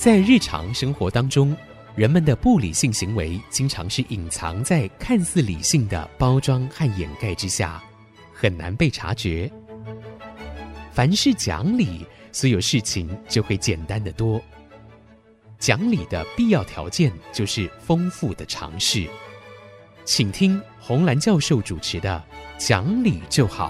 在日常生活当中，人们的不理性行为经常是隐藏在看似理性的包装和掩盖之下，很难被察觉。凡事讲理，所有事情就会简单得多。讲理的必要条件就是丰富的常识。请听洪兰教授主持的《讲理就好》。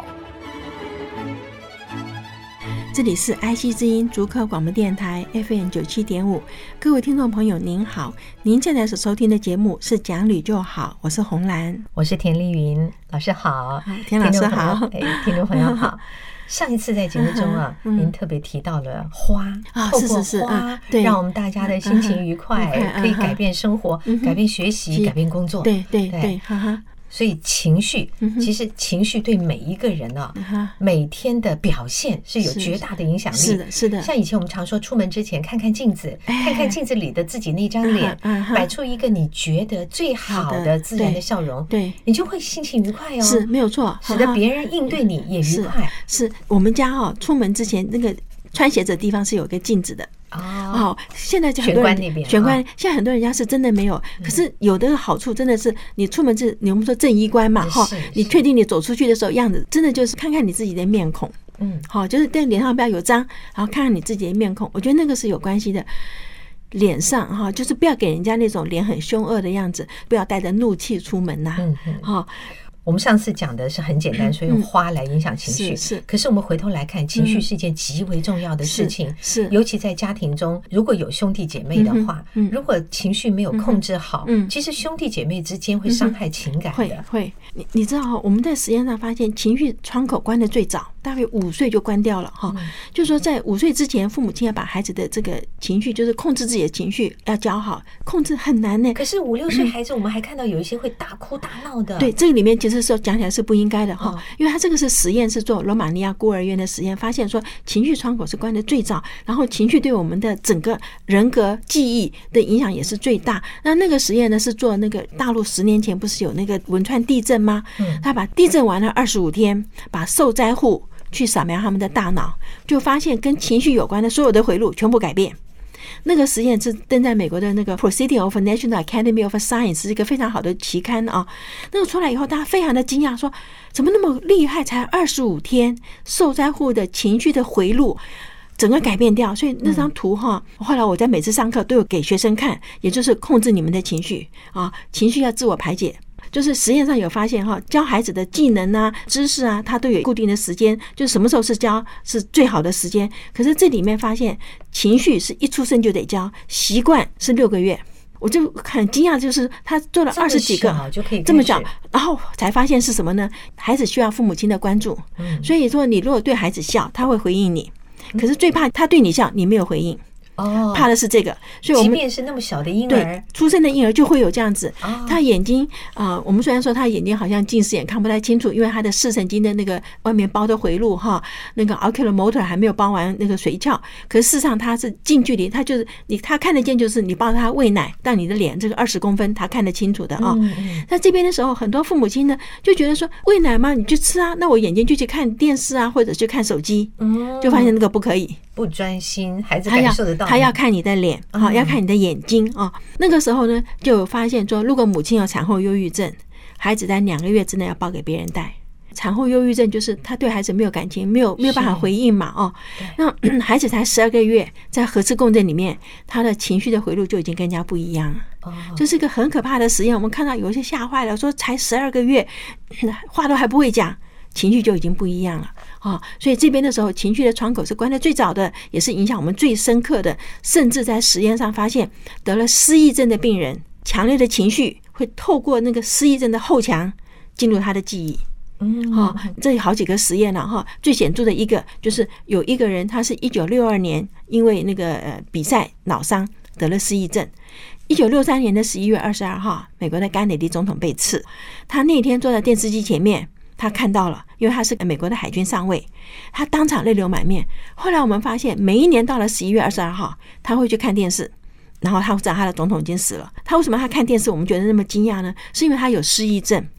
这里是 IC 之音竹科广播电台 FM 97.5，各位听众朋友您好，您现在所收听的节目是讲理就好，我是洪兰， 我是田丽云老师好， 田老师好， 听众朋友好。上一次在节目中啊，您特别提到了花透过花让我们大家的心情愉快，可以改变生活，改变学习，改变工作， 对，哈哈。 所以情绪，其实情绪对每一个人每天的表现是有绝大的影响力。 是的。 像以前我们常说，出门之前看看镜子，看看镜子里的自己那张脸，摆出一个你觉得最好的自然的笑容，对，你就会心情愉快哦。 是没有错， 使得别人应对你也愉快。 是我们家出门之前那个穿鞋子的地方是有个镜子的。现在很多人玄关现在很多人家是真的没有，可是有的好处真的是你出门是我们说正衣冠嘛，你确定你走出去的时候样子真的就是看看你自己的面孔，就是在脸上不要有脏，然后看看你自己的面孔，我觉得那个是有关系的。脸上就是不要给人家那种脸很凶恶的样子，不要带着怒气出门呐。 我们上次讲的是很简单，所以用花来影响情绪。是。可是我们回头来看，情绪是一件极为重要的事情。是。尤其在家庭中，如果有兄弟姐妹的话，如果情绪没有控制好，其实兄弟姐妹之间会伤害情感的。 会。你知道我们在实验上发现，情绪窗口关得最早，大约5岁就关掉了就是说在5岁之前，父母亲要把孩子的这个情绪，就是控制自己的情绪要教好，控制很难呢。 可是5、6岁孩子，我们还看到有一些会大哭大闹的。 对，这个里面其实说讲起来是不应该的因为他这个是实验，是做罗马尼亚孤儿院的实验，发现说情绪窗口是关得最早，然后情绪对我们的整个人格记忆的影响也是最大。那个实验呢是做那个大陆10年前不是有那个汶川地震吗？他把地震完了25天，把受灾户去扫描他们的大脑，就发现跟情绪有关的所有的回路全部改变。那个实验是登在美国的那个 Proceedings of National Academy of Science， 是一个非常好的期刊那个出来以后，大家非常的惊讶，说怎么那么厉害，才25天，受灾户的情绪的回路整个改变掉。所以那张图后来我在每次上课都有给学生看，也就是控制你们的情绪情绪要自我排解。就是实验上有发现教孩子的技能啊、知识啊，它都有固定的时间，就是什么时候是教是最好的时间。可是这里面发现，情绪是一出生就得教，习惯是6个月。我就很惊讶，就是他做了20几个这么小，然后才发现是什么呢？孩子需要父母亲的关注，所以说你如果对孩子笑，他会回应你，可是最怕他对你笑，你没有回应。怕的是这个，所以我们即便是那么小的婴儿， 对出生的婴儿就会有这样子。他眼睛我们虽然说他眼睛好像近视眼看不太清楚，因为他的视神经的那个外面包的回路那个 oculomotor 还没有包完那个髓鞘，可是事实上他是近距离，他就是他看得见，就是你抱着他喂奶到你的脸这个20公分，他看得清楚的那这边的时候，很多父母亲呢就觉得说喂奶嘛，你去吃啊，那我眼睛就去看电视啊，或者去看手机，就发现那个不可以。 不专心，孩子感受得到， 他要看你的脸要看你的眼睛那个时候呢，就有发现说，如果母亲有产后忧郁症，孩子在2个月之内要抱给别人带。产后忧郁症就是他对孩子没有感情，没有办法回应嘛那孩子才12个月，在核磁共振里面，他的情绪的回路就已经跟人家不一样了。这是一个很可怕的实验，我们看到有一些吓坏了，说才12个月，话都还不会讲，情绪就已经不一样了所以这边的时候，情绪的窗口是关得最早的，也是影响我们最深刻的。甚至在实验上发现，得了失忆症的病人，强烈的情绪会透过那个失忆症的后墙进入他的记忆。这有好几个实验了最显著的一个就是有一个人，他是1962年因为那个比赛脑伤得了失忆症。1963年的11月22号，美国的甘乃迪总统被刺，他那天坐在电视机前面，他看到了，因为他是美国的海军上尉，他当场泪流满面。后来我们发现，每一年到了11月22号，他会去看电视，然后他知道他的总统已经死了。他为什么他看电视我们觉得那么惊讶呢？是因为他有失忆症，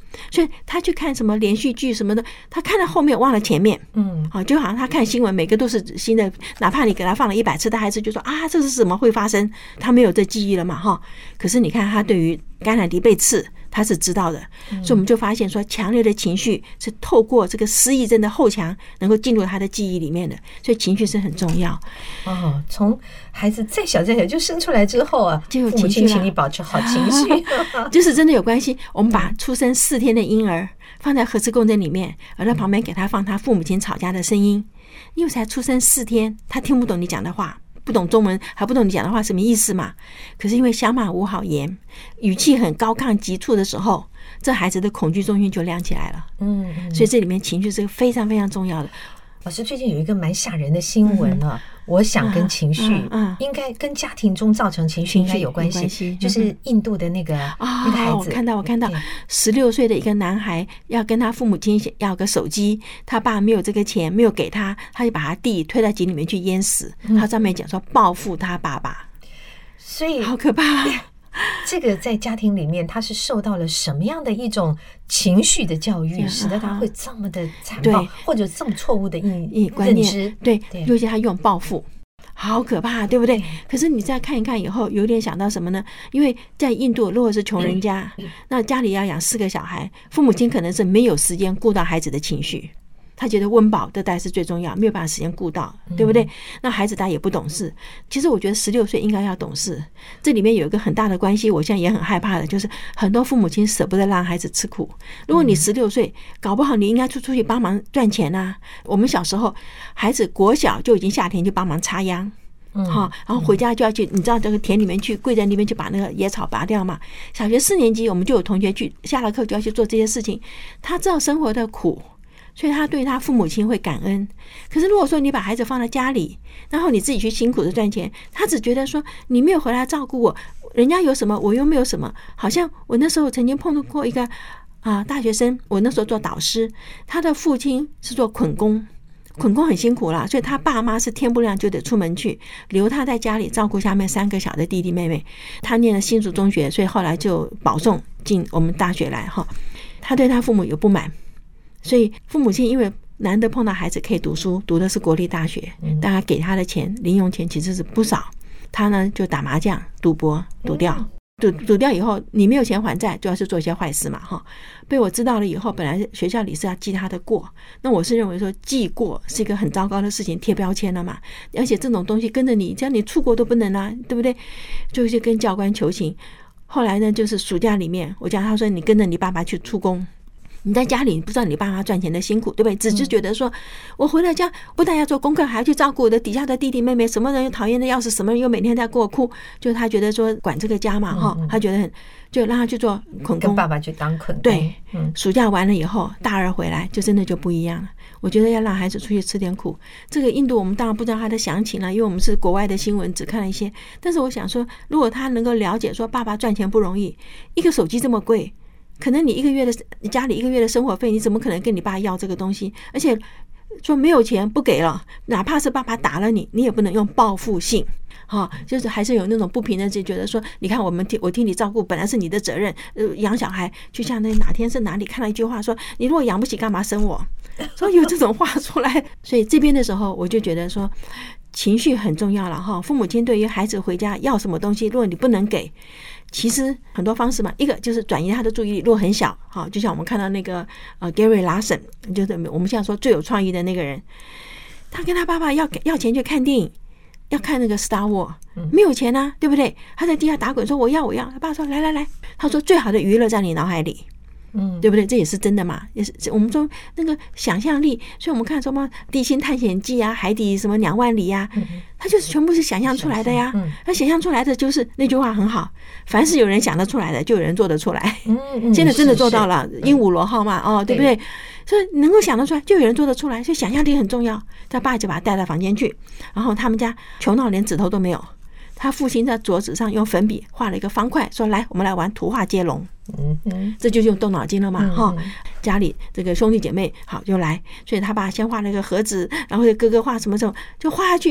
所以他去看什么连续剧什么的，他看到后面忘了前面。就好像他看新闻，每个都是新的，哪怕你给他放了100次，他还是就说啊，这是什么会发生？他没有这记忆了嘛，可是你看他对于甘乃迪被刺，他是知道的，所以我们就发现说，强烈的情绪是透过这个失忆症的后墙能够进入他的记忆里面的，所以情绪是很重要。 从孩子再小就生出来之后啊， 就有情绪了， 请你保持好情绪， 就是真的有关系。我们把出生4天的婴儿放在核磁共振里面，而在旁边给他放他父母亲吵架的声音，因为才出生4天，他听不懂你讲的话，不懂中文，还不懂你讲的话什么意思嘛。可是因为相骂无好言，语气很高亢急促的时候，这孩子的恐惧中心就亮起来了。所以这里面情绪是非常非常重要的。 老师，最近有一个蛮吓人的新闻啊，我想跟情绪应该跟家庭中造成情绪应该有关系，就是印度的那个孩子。 我看到16岁的一个男孩要跟他父母亲要个手机，他爸没有这个钱，没有给他，他就把他弟推到井里面去淹死。他上面讲说报复他爸爸， 所以好可怕。 这个在家庭里面他是受到了什么样的一种情绪的教育，使得他会这么的残暴，或者这么错误的认知？对， 尤其他用报复，好可怕，对不对？可是你再看一看以后，有点想到什么呢？因为在印度如果是穷人家，那家里要养4个小孩，父母亲可能是没有时间顾到孩子的情绪，他觉得温饱这代是最重要，没有办法时间顾到，对不对？那孩子他也不懂事。其实我觉得16岁应该要懂事，这里面有一个很大的关系，我现在也很害怕的，就是很多父母亲舍不得让孩子吃苦。如果你16岁，搞不好你应该出去帮忙赚钱啊。我们小时候孩子国小就已经夏天就帮忙插秧，然后回家就要去，你知道这个田里面去，跪在那边去把那个野草拔掉嘛。小学4年级我们就有同学去，下了课就要去做这些事情，他知道生活的苦，所以他对他父母亲会感恩。可是如果说你把孩子放在家里，然后你自己去辛苦的赚钱，他只觉得说你没有回来照顾我，人家有什么我又没有什么。好像我那时候曾经碰到过一个大学生，我那时候做导师，他的父亲是做捆工很辛苦啦，所以他爸妈是天不亮就得出门去，留他在家里照顾下面3个小的弟弟妹妹。他念了新竹中学，所以后来就保送进我们大学来哈。他对他父母有不满，所以父母亲因为难得碰到孩子可以读书，读的是国立大学，大家给他的钱零用钱其实是不少，他呢就打麻将赌博赌掉，赌掉以后你没有钱还债，就要去做一些坏事嘛哈。被我知道了以后，本来学校里是要记他的过，那我是认为说记过是一个很糟糕的事情，贴标签了嘛，而且这种东西跟着你，这样你出国都不能啊，对不对？就去跟教官求情。后来呢，就是暑假里面，我叫他说你跟着你爸爸去出工，你在家里你不知道你爸妈赚钱的辛苦，对不对？只是觉得说我回了家不但要做功课，还要去照顾我的底下的弟弟妹妹，什么人又讨厌的要死，什么人又每天在给我哭，就他觉得说管这个家嘛哈，他觉得很，就让他去做捆工， 跟爸爸去当捆工。 对，暑假完了以后，大2回来就真的就不一样了。我觉得要让孩子出去吃点苦。这个印度我们当然不知道他的详情了，因为我们是国外的新闻，只看了一些。但是我想说，如果他能够了解说爸爸赚钱不容易，一个手机这么贵，可能你家里1个月的生活费，你怎么可能跟你爸要这个东西？而且说没有钱不给了，哪怕是爸爸打了你，你也不能用报复性。就是还是有那种不平的，就觉得说，你看我替你照顾，本来是你的责任，养小孩就像那哪天是哪里看了一句话说，你如果养不起干嘛生我？所以有这种话出来，所以这边的时候我就觉得说，情绪很重要了哈。父母亲对于孩子回家要什么东西，如果你不能给，其实很多方式嘛，一个就是转移他的注意力，如果很小，就像我们看到那个Gary Larson， 就是我们现在说最有创意的那个人，他跟他爸爸要钱去看电影。要看那个 Star Wars， 没有钱啊，对不对？他在地下打滚说我要，他爸说来，他说最好的娱乐在你脑海里，对不对？这也是真的嘛，也是我们说那个想象力，所以我们看什么地心探险记啊，海底什么2万里啊，它就是全部是想象出来的呀。那想象出来的就是那句话很好，凡是有人想得出来的，就有人做得出来。现在真的做到了，鹦鹉螺号嘛，对不对？所以能够想得出来，就有人做得出来，所以想象力很重要。他爸就把他带到房间去，然后他们家穷到连指头都没有。他父亲在桌子上用粉笔画了一个方块，说：“来，我们来玩图画接龙。”这就用动脑筋了嘛，家里这个兄弟姐妹好就来，所以他爸先画了一个盒子，然后哥哥画什么就画下去。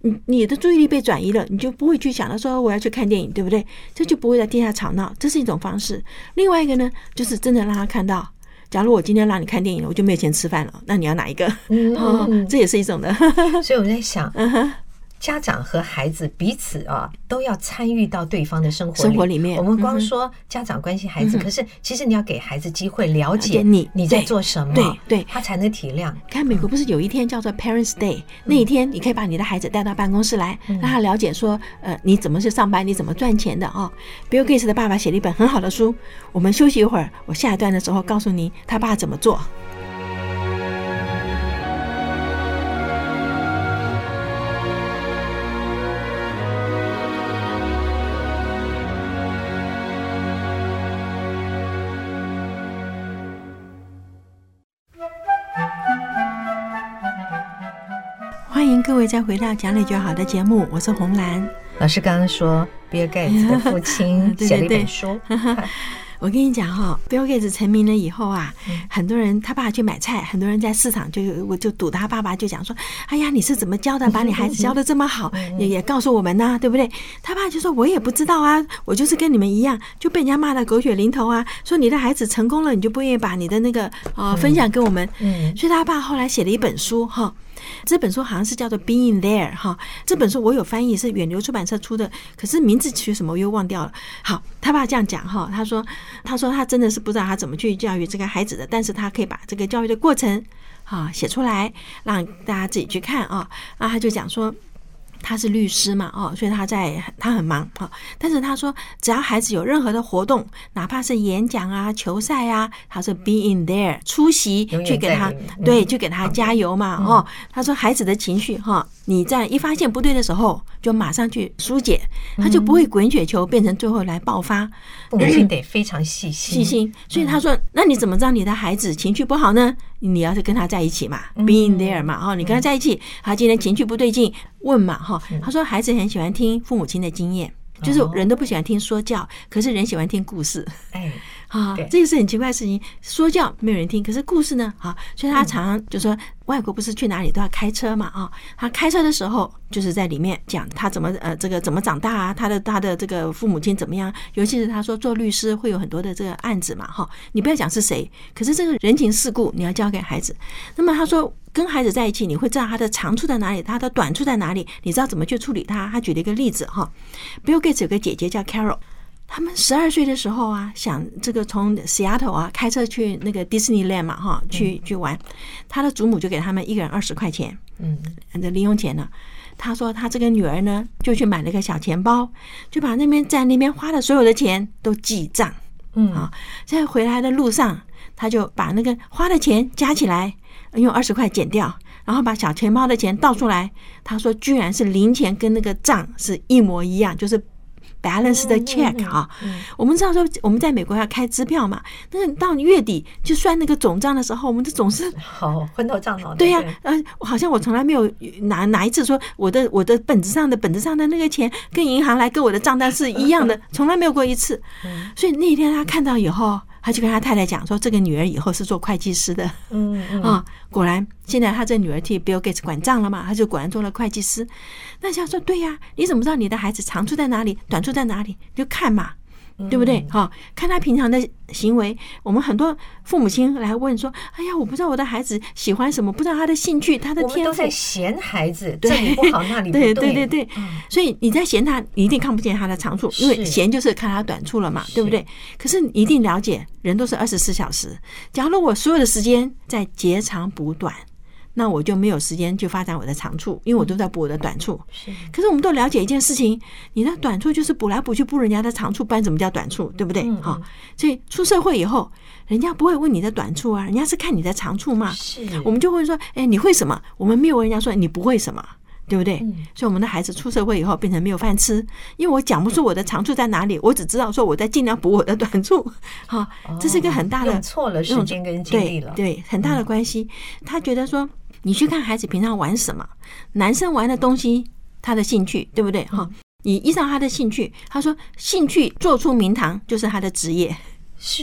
你的注意力被转移了，你就不会去想到说我要去看电影，对不对？这就不会在地下吵闹，这是一种方式。另外一个呢，就是真的让他看到，假如我今天让你看电影了，我就没有钱吃饭了，那你要哪一个？这也是一种的。 所以我在想，家长和孩子彼此都要参与到对方的生活里面。我们光说家长关心孩子，可是其实你要给孩子机会了解你在做什么，对，他才能体谅。 看美国不是有一天叫做 Parents Day， 那一天你可以把你的孩子带到办公室来，让他了解说你怎么去上班，你怎么赚钱的Bill Gates 的爸爸写了一本很好的书，我们休息一会儿，我下一段的时候告诉你他爸怎么做。欢迎各位再回到讲理就好的节目，我是洪兰老师。刚刚说比尔盖茨的父亲写了一本书我跟你讲Bill Gates 成名了以后很多人他爸去买菜，很多人在市场就堵他爸爸，就讲说哎呀你是怎么教的，把你孩子教得这么好，也告诉我们啊，对不对？他爸就说我也不知道啊，我就是跟你们一样，就被人家骂得狗血淋头啊，说你的孩子成功了你就不愿意把你的那个分享给我们。所以他爸后来写了一本书这本书好像是叫做 Being There 这本书我有翻译，是远流出版社出的，可是名字取什么我又忘掉了。好，他爸这样讲他说他真的是不知道他怎么去教育这个孩子的，但是他可以把这个教育的过程写出来让大家自己去看他就讲说他是律师嘛所以他很忙但是他说只要孩子有任何的活动，哪怕是演讲啊球赛啊，他说 being there 出席，去给他去给他加油嘛他说孩子的情绪你在一发现不对的时候就马上去疏解，他就不会滚雪球变成最后来爆发。 父母亲得非常细心所以他说那你怎么知道你的孩子情绪不好呢？你要是跟他在一起嘛being there 嘛你跟他在一起，他今天情绪不对劲问嘛他说孩子很喜欢听父母亲的经验，就是人都不喜欢听说教，可是人喜欢听故事。这也是很奇怪的事情，说教没有人听，可是故事呢所以他常常就说外国不是去哪里都要开车嘛他开车的时候就是在里面讲他怎么怎么长大啊，他的这个父母亲怎么样，尤其是他说做律师会有很多的这个案子嘛你不要讲是谁，可是这个人情世故你要教给孩子。那么他说跟孩子在一起，你会知道他的长处在哪里，他的短处在哪里，你知道怎么去处理他。他举了一个例子Bill Gates 有个姐姐叫 Carol，他们12岁的时候想这个从 Seattle 开车去那个 Disneyland 嘛去玩，他的祖母就给他们一个人20块钱的零用钱呢。他说他这个女儿呢就去买了个小钱包，就把在那边花的所有的钱都记账在回来的路上他就把那个花的钱加起来，用20块减掉，然后把小钱包的钱倒出来，他说居然是零钱跟那个账是一模一样，就是balance 的 check 我们知道说我们在美国要开支票嘛，那个到月底就算那个总账的时候，我们的总是昏头胀脑。 对呀好像我从来没有哪一次说我的本子上的那个钱跟银行来跟我的账单是一样的，从来没有过一次。所以那天他看到以后，他就跟他太太讲说这个女儿以后是做会计师的果然现在他这女儿替 Bill Gates 管账了嘛，他就果然做了会计师。那想说对呀，你怎么知道你的孩子长处在哪里短处在哪里，就看嘛，对不对看他平常的行为。我们很多父母亲来问说哎呀我不知道我的孩子喜欢什么，不知道他的兴趣他的天赋， 我们都在嫌孩子这里不好那里不对对所以你在嫌他，你一定看不见他的长处，因为嫌就是看他短处了嘛，对不对？可是你一定了解人都是24小时，假如我所有的时间在截长补短，那我就没有时间去发展我的长处，因为我都在补我的短处。可是我们都了解一件事情，你的短处就是补来补去补人家的长处，不然怎么叫短处，对不对所以出社会以后人家不会问你的短处人家是看你的长处嘛。我们就会说你会什么，我们没有问人家说你不会什么，对不对所以我们的孩子出社会以后变成没有饭吃，因为我讲不出我的长处在哪里，我只知道说我在尽量补我的短处这是一个很大的用错了时间跟精力了， 对很大的关系。他觉得说你去看孩子平常玩什么，男生玩的东西他的兴趣，对不对你依照他的兴趣，他说兴趣做出名堂就是他的职业。 是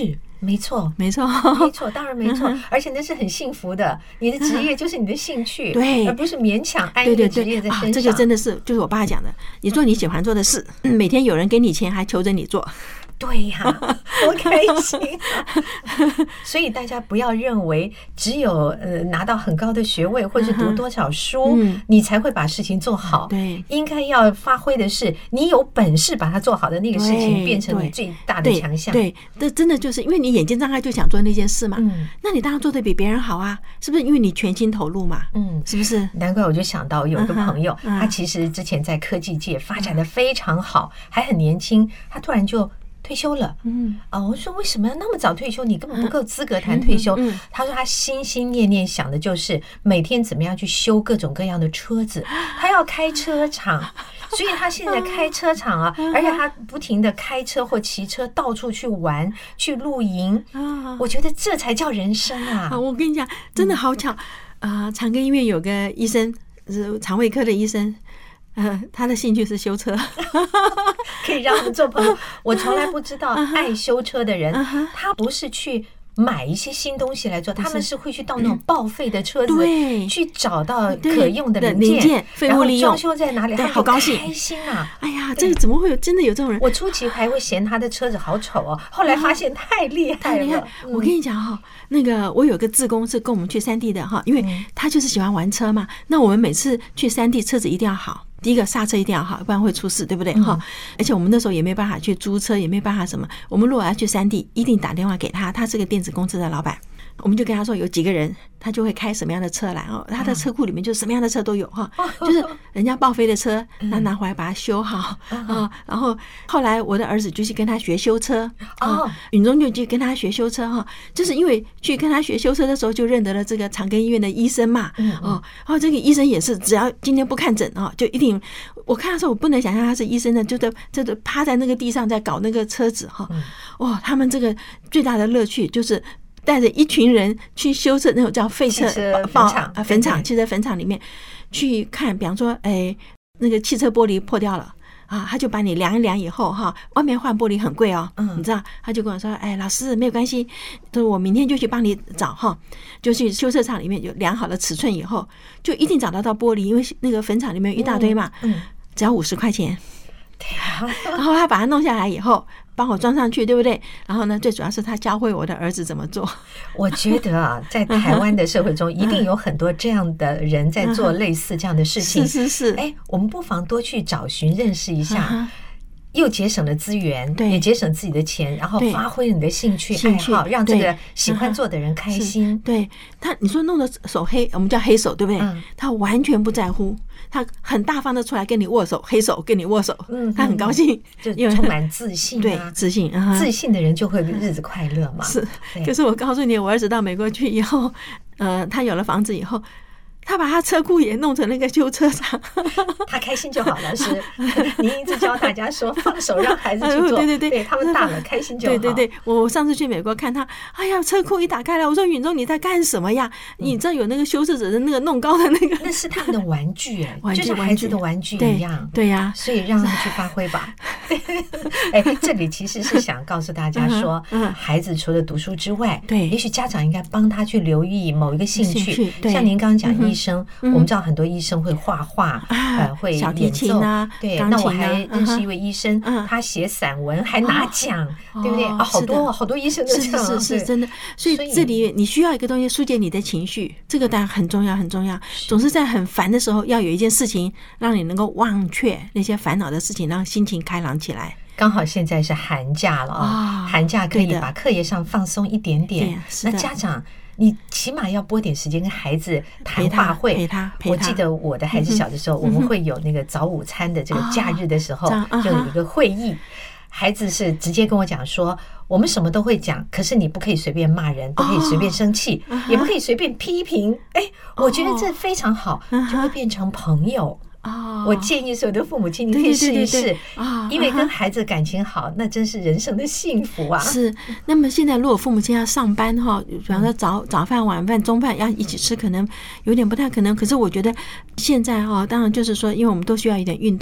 没错， 没错， 没错，当然没错，而且那是很幸福的。你的职业就是你的兴趣， 对， 而不是勉强安一个职业在身上。 这个真的是就是我爸讲的，你做你喜欢做的事，每天有人给你钱还求着你做。 对呀，多开心所以大家不要认为只有拿到很高的学位或者是读多少书，你才会把事情做好。 对， 应该要发挥的是你有本事把它做好的那个事情变成你最大的强项。 对，这真的就是因为你眼睛张开就想做那件事嘛，那你当然做得比别人好啊，是不是？因为你全心投入嘛，是不是？ 难怪我就想到有一个朋友，他其实之前在科技界发展的非常好，还很年轻，他突然就退休了。我说为什么要那么早退休？你根本不够资格谈退休。他说他心心念念想的就是每天怎么样去修各种各样的车子，他要开车厂，所以他现在开车厂啊，而且他不停的开车或骑车到处去玩去露营。我觉得这才叫人生啊！ 我跟你讲，真的好巧长庚医院有个医生是肠胃科的医生。他的兴趣是修车可以让我们做朋友。我从来不知道爱修车的人他不是去买一些新东西来做，他们是会去到那种报废的车子去找到可用的零件， 废物利用， 装修在哪里，他好高兴， 开心啊！ 哎呀，这个怎么会有真的有这种人？ 我初期还会嫌他的车子好丑哦，后来发现太厉害了。 我跟你讲哈，那个我有个志工是跟我们去山地的哈，因为他就是喜欢玩车嘛。那我们每次去山地，车子一定要好。第一个刹车一定要好，不然会出事，对不对？而且我们那时候也没办法去租车，也没办法什么。我们如果要去山地，一定打电话给他，他是个电子公司的老板。我们就跟他说有几个人，他就会开什么样的车来哦，他的车库里面就什么样的车都有哈，就是人家报废的车，他拿回来把它修好然后后来我的儿子就去跟他学修车允中就去跟他学修车哈，就是因为去跟他学修车的时候就认得了这个长庚医院的医生嘛然后这个医生也是只要今天不看诊就一定，我看的时候我不能想象他是医生的，就趴在那个地上在搞那个车子他们这个最大的乐趣就是带着一群人去修车，那种叫废车坟场，汽车坟场里面去看，比方说那个汽车玻璃破掉了他就把你量一量以后外面换玻璃很贵你知道，他就跟我说老师没有关系，我明天就去帮你找就去修车厂里面有量好了尺寸以后就一定找得到玻璃，因为那个坟场里面有一大堆嘛只要50块钱然后他把它弄下来以后帮我装上去，对不对？然后呢，最主要是他教会我的儿子怎么做。 我觉得在台湾的社会中，一定有很多这样的人在做类似这样的事情。 是。 我们不妨多去找寻认识一下。又节省了资源，也节省自己的钱，然后发挥你的兴趣爱好，让这个喜欢做的人开心。 对他，你说弄得手黑，我们叫黑手，对不对？他完全不在乎，他很大方的出来跟你握手，黑手跟你握手，他很高兴， 就充满自信。 对，自信的人就会日子快乐嘛。 是，可是我告诉你，我儿子到美国去以后，他有了房子以后。他把他车库也弄成那个修车厂他开心就好了。是您一直教大家说放手让孩子去做对他们大了开心就好。 对，我上次去美国看他，哎呀车库一打开来，我说允中你在干什么呀？你知道有那个修饰者的那个弄高的那个， 那是他们的玩具就像孩子的玩具一样。 对呀， 所以让他们去发挥吧这里其实是想告诉大家说孩子除了读书之外，也许家长应该帮他去留意某一个兴趣。像您刚刚讲医生，我们知道很多医生会画画会演奏， 小提琴对，那我还认识一位医生他写散文还拿奖对不对好多医生都这样。 是真的。所以这里你需要一个东西疏解你的情绪，这个当然很重要很重要。总是在很烦的时候要有一件事情让你能够忘却那些烦恼的事情，让心情开朗起来。 刚好现在是寒假了寒假可以把课业上放松一点点。那家长你起码要拨点时间跟孩子谈话会陪他。 我记得我的孩子小的时候我们会有那个早午餐的这个假日的时候就有一个会议，孩子是直接跟我讲说我们什么都会讲，可是你不可以随便骂人，不可以随便生气也不可以随便批评。我觉得这非常好，就会变成朋友。我建议所有的父母亲你可以试一试因为跟孩子感情好那真是人生的幸福啊。 是。那么现在如果父母亲要上班比方说早饭晚饭中饭要一起吃可能有点不太可能，可是我觉得现在当然就是说因为我们都需要一点运动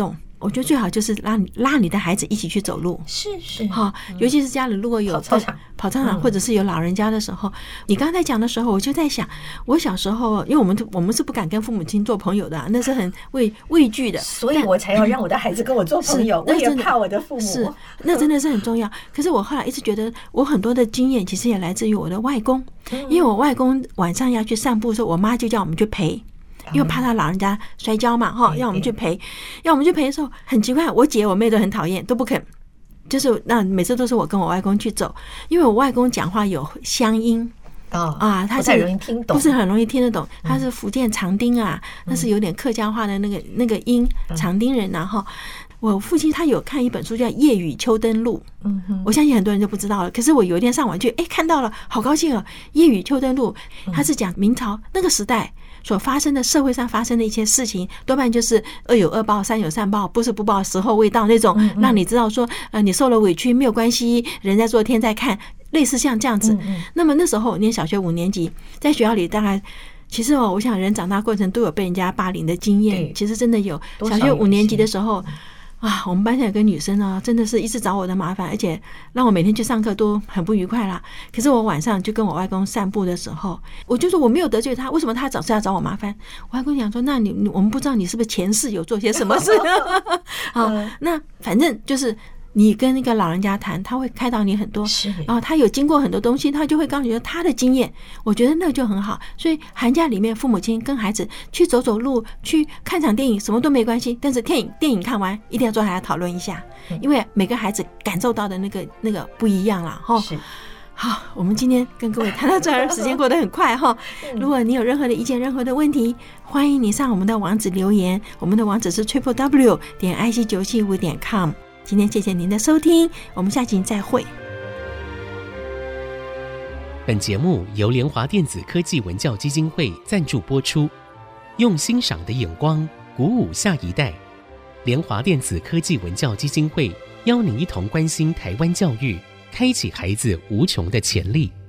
我觉得最好就是拉你的孩子一起去走路， 是尤其是家里如果有跑操场或者是有老人家的时候。你刚才讲的时候，我就在想，我小时候，因为我们是不敢跟父母亲做朋友的，那是很畏惧的， 所以我才要让我的孩子跟我做朋友，我也怕我的父母。 是，那真的是很重要。可是我后来一直觉得，我很多的经验其实也来自于我的外公，因为我外公晚上要去散步的时候，我妈就叫我们去陪。因为怕他老人家摔跤嘛，要我们去陪，要我们去陪的时候，很奇怪，我姐我妹都很讨厌，都不肯，就是那每次都是我跟我外公去走，因为我外公讲话有乡音。他不太容易听懂， 不是很容易听得懂。他是福建长汀啊，那是有点客家话的那个音，长汀人啊哈。我父亲他有看一本书叫《夜雨秋灯录》，我相信很多人就不知道了。可是我有一天上网去，看到了，好高兴哦！《夜雨秋灯录》它是讲明朝那个时代所发生的社会上发生的一些事情，多半就是恶有恶报，善有善报，不是不报，时候未到那种，让你知道说，你受了委屈没有关系，人在做天在看，类似像这样子。那么那时候念小学5年级，在学校里大概。其实我想人长大过程都有被人家霸凌的经验，其实真的有。小学5年级的时候。我们班上有个女生啊，真的是一直找我的麻烦，而且让我每天去上课都很不愉快啦。可是我晚上就跟我外公散步的时候，我就说我没有得罪他，为什么他总是要找我麻烦？我外公讲说，那我们不知道你是不是前世有做些什么事那反正就是你跟那个老人家谈，他会开导你很多，然后他有经过很多东西，他就会告诉你他的经验，我觉得那就很好。所以寒假里面父母亲跟孩子去走走路，去看场电影，什么都没关系，但是电影看完一定要坐下来讨论一下，因为每个孩子感受到的那个不一样啦好，我们今天跟各位谈到这儿，时间过得很快如果你有任何的意见、任何的问题，欢迎你上我们的网址留言，我们的网址是 www.ic975.com。今天谢谢您的收听，我们下集再会。 本节目由联华电子科技文教基金会赞助播出，用欣赏的眼光鼓舞下一代。联华电子科技文教基金会邀您一同关心台湾教育，开启孩子无穷的潜力。